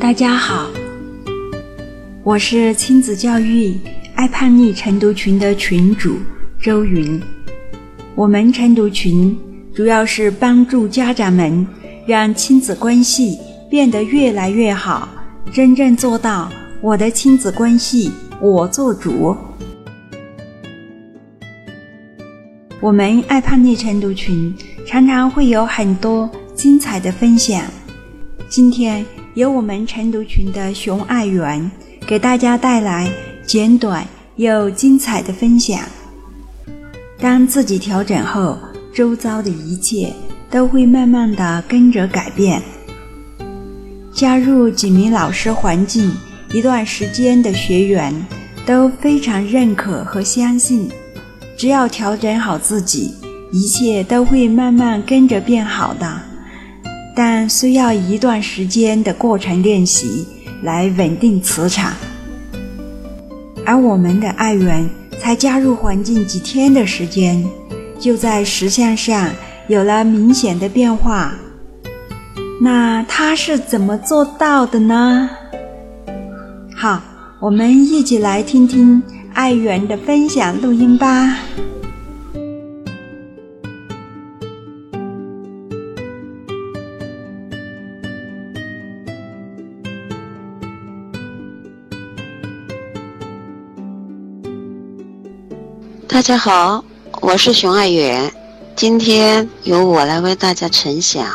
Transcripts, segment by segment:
大家好，我是亲子教育爱叛逆晨读群的群主周云。我们晨读群主要是帮助家长们让亲子关系变得越来越好，真正做到我的亲子关系我做主。我们爱叛逆晨读群常常会有很多精彩的分享，今天由我们晨读群的熊爱媛给大家带来简短又精彩的分享。当自己调整后，周遭的一切都会慢慢地跟着改变。加入几名老师环境一段时间的学员都非常认可和相信，只要调整好自己，一切都会慢慢跟着变好的，但需要一段时间的过程练习来稳定磁场。而我们的爱媛才加入环境几天的时间，就在实相上有了明显的变化。那她是怎么做到的呢？好，我们一起来听听爱媛的分享录音吧。 大家好，我是熊爱媛，今天由我来为大家呈享。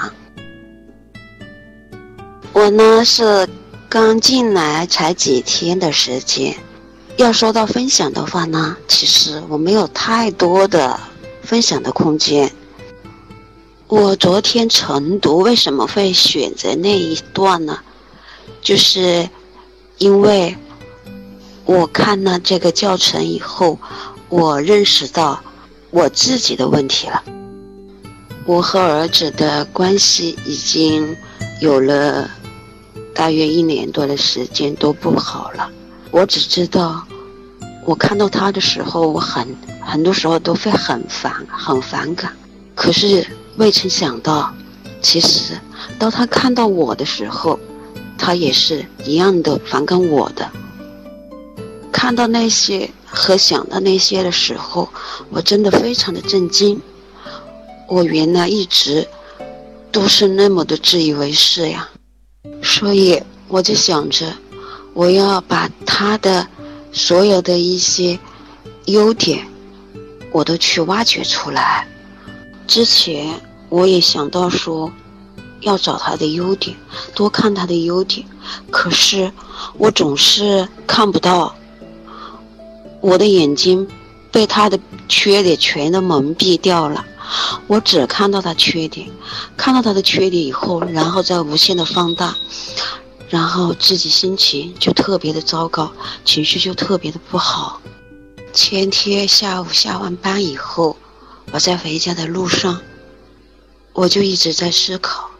我呢是刚进来才几天的时间，要说到分享的话呢，其实我没有太多的分享的空间。我昨天晨读为什么会选择那一段呢？就是因为我看了这个教程以后，我认识到我自己的问题了。我和儿子的关系已经有了大约1年多的时间都不好了。我只知道我看到他的时候，我很多时候都会很反感，可是未曾想到，其实当他看到我的时候，他也是一样的反感我的。看到那些和想到那些的时候，我真的非常的震惊。我原来一直都是那么的自以为是呀，所以我就想着我要把他的所有的一些优点我都去挖掘出来。之前我也想到说要找他的优点，多看他的优点，可是我总是看不到，我的眼睛被他的缺点全都蒙蔽掉了。我只看到他缺点，看到他的缺点以后，然后再无限的放大，然后自己心情就特别的糟糕，情绪就特别的不好。前天下午下完班以后，我在回家的路上，我就一直在思考，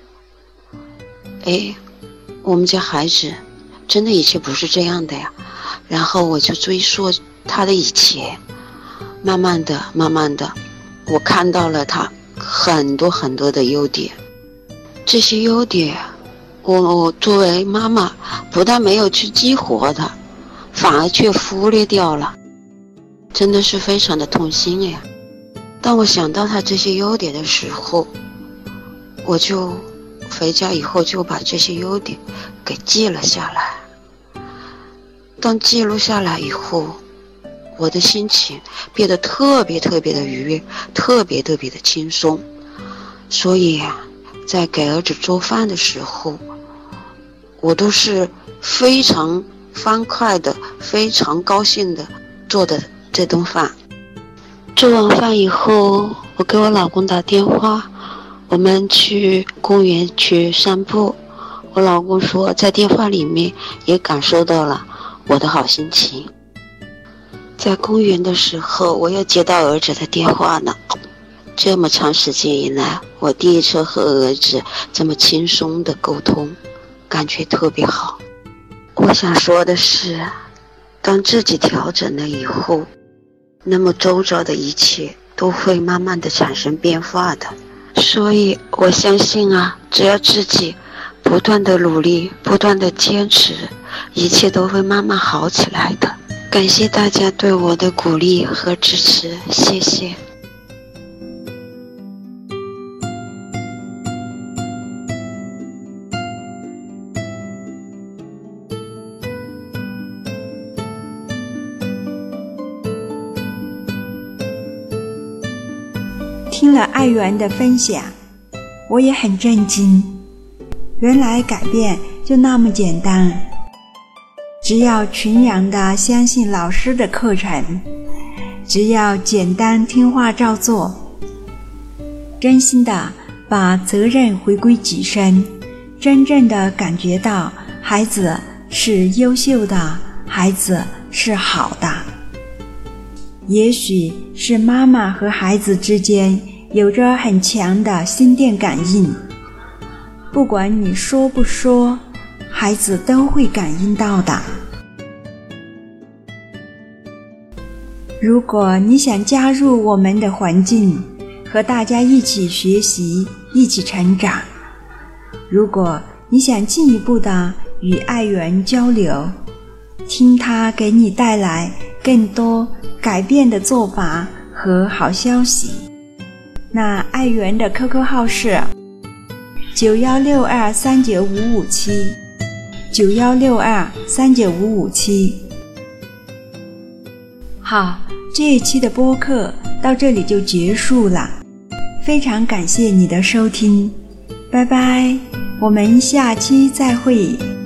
我们家孩子真的以前不是这样的呀。然后我就追溯他的以前，慢慢的我看到了他很多的优点。这些优点我作为妈妈不但没有去激活它，反而却忽略掉了，真的是非常的痛心呀。当我想到他这些优点的时候，我就回家以后就把这些优点给记了下来。当记录下来以后，我的心情变得特别的愉悦，特别的轻松。所以在给儿子做饭的时候，我都是非常欢快的，非常高兴的做的这顿饭。做完饭以后，我给我老公打电话，我们去公园去散步。我老公说在电话里面也感受到了我的好心情。在公园的时候，我又接到儿子的电话了。这么长时间以来，我第一次和儿子这么轻松的沟通，感觉特别好。我想说的是，当自己调整了以后，那么周遭的一切都会慢慢的产生变化的。所以我相信只要自己不断的努力，不断的坚持，一切都会慢慢好起来的。感谢大家对我的鼓励和支持，谢谢。 听了爱媛的分享，我也很震惊，原来改变就那么简单，只要群然地相信老师的课程，只要简单听话照做，真心地把责任回归己身，真正地感觉到孩子是优秀的，孩子是好的。也许是妈妈和孩子之间有着很强的心电感应，不管你说不说，孩子都会感应到的。如果你想加入我们的环境，和大家一起学习，一起成长，如果你想进一步的与爱媛交流，听她给你带来更多改变的做法和好消息，那爱媛的 QQ 号是9162395557 9162395557。好，这一期的播客到这里就结束了，非常感谢你的收听，拜拜，我们下期再会。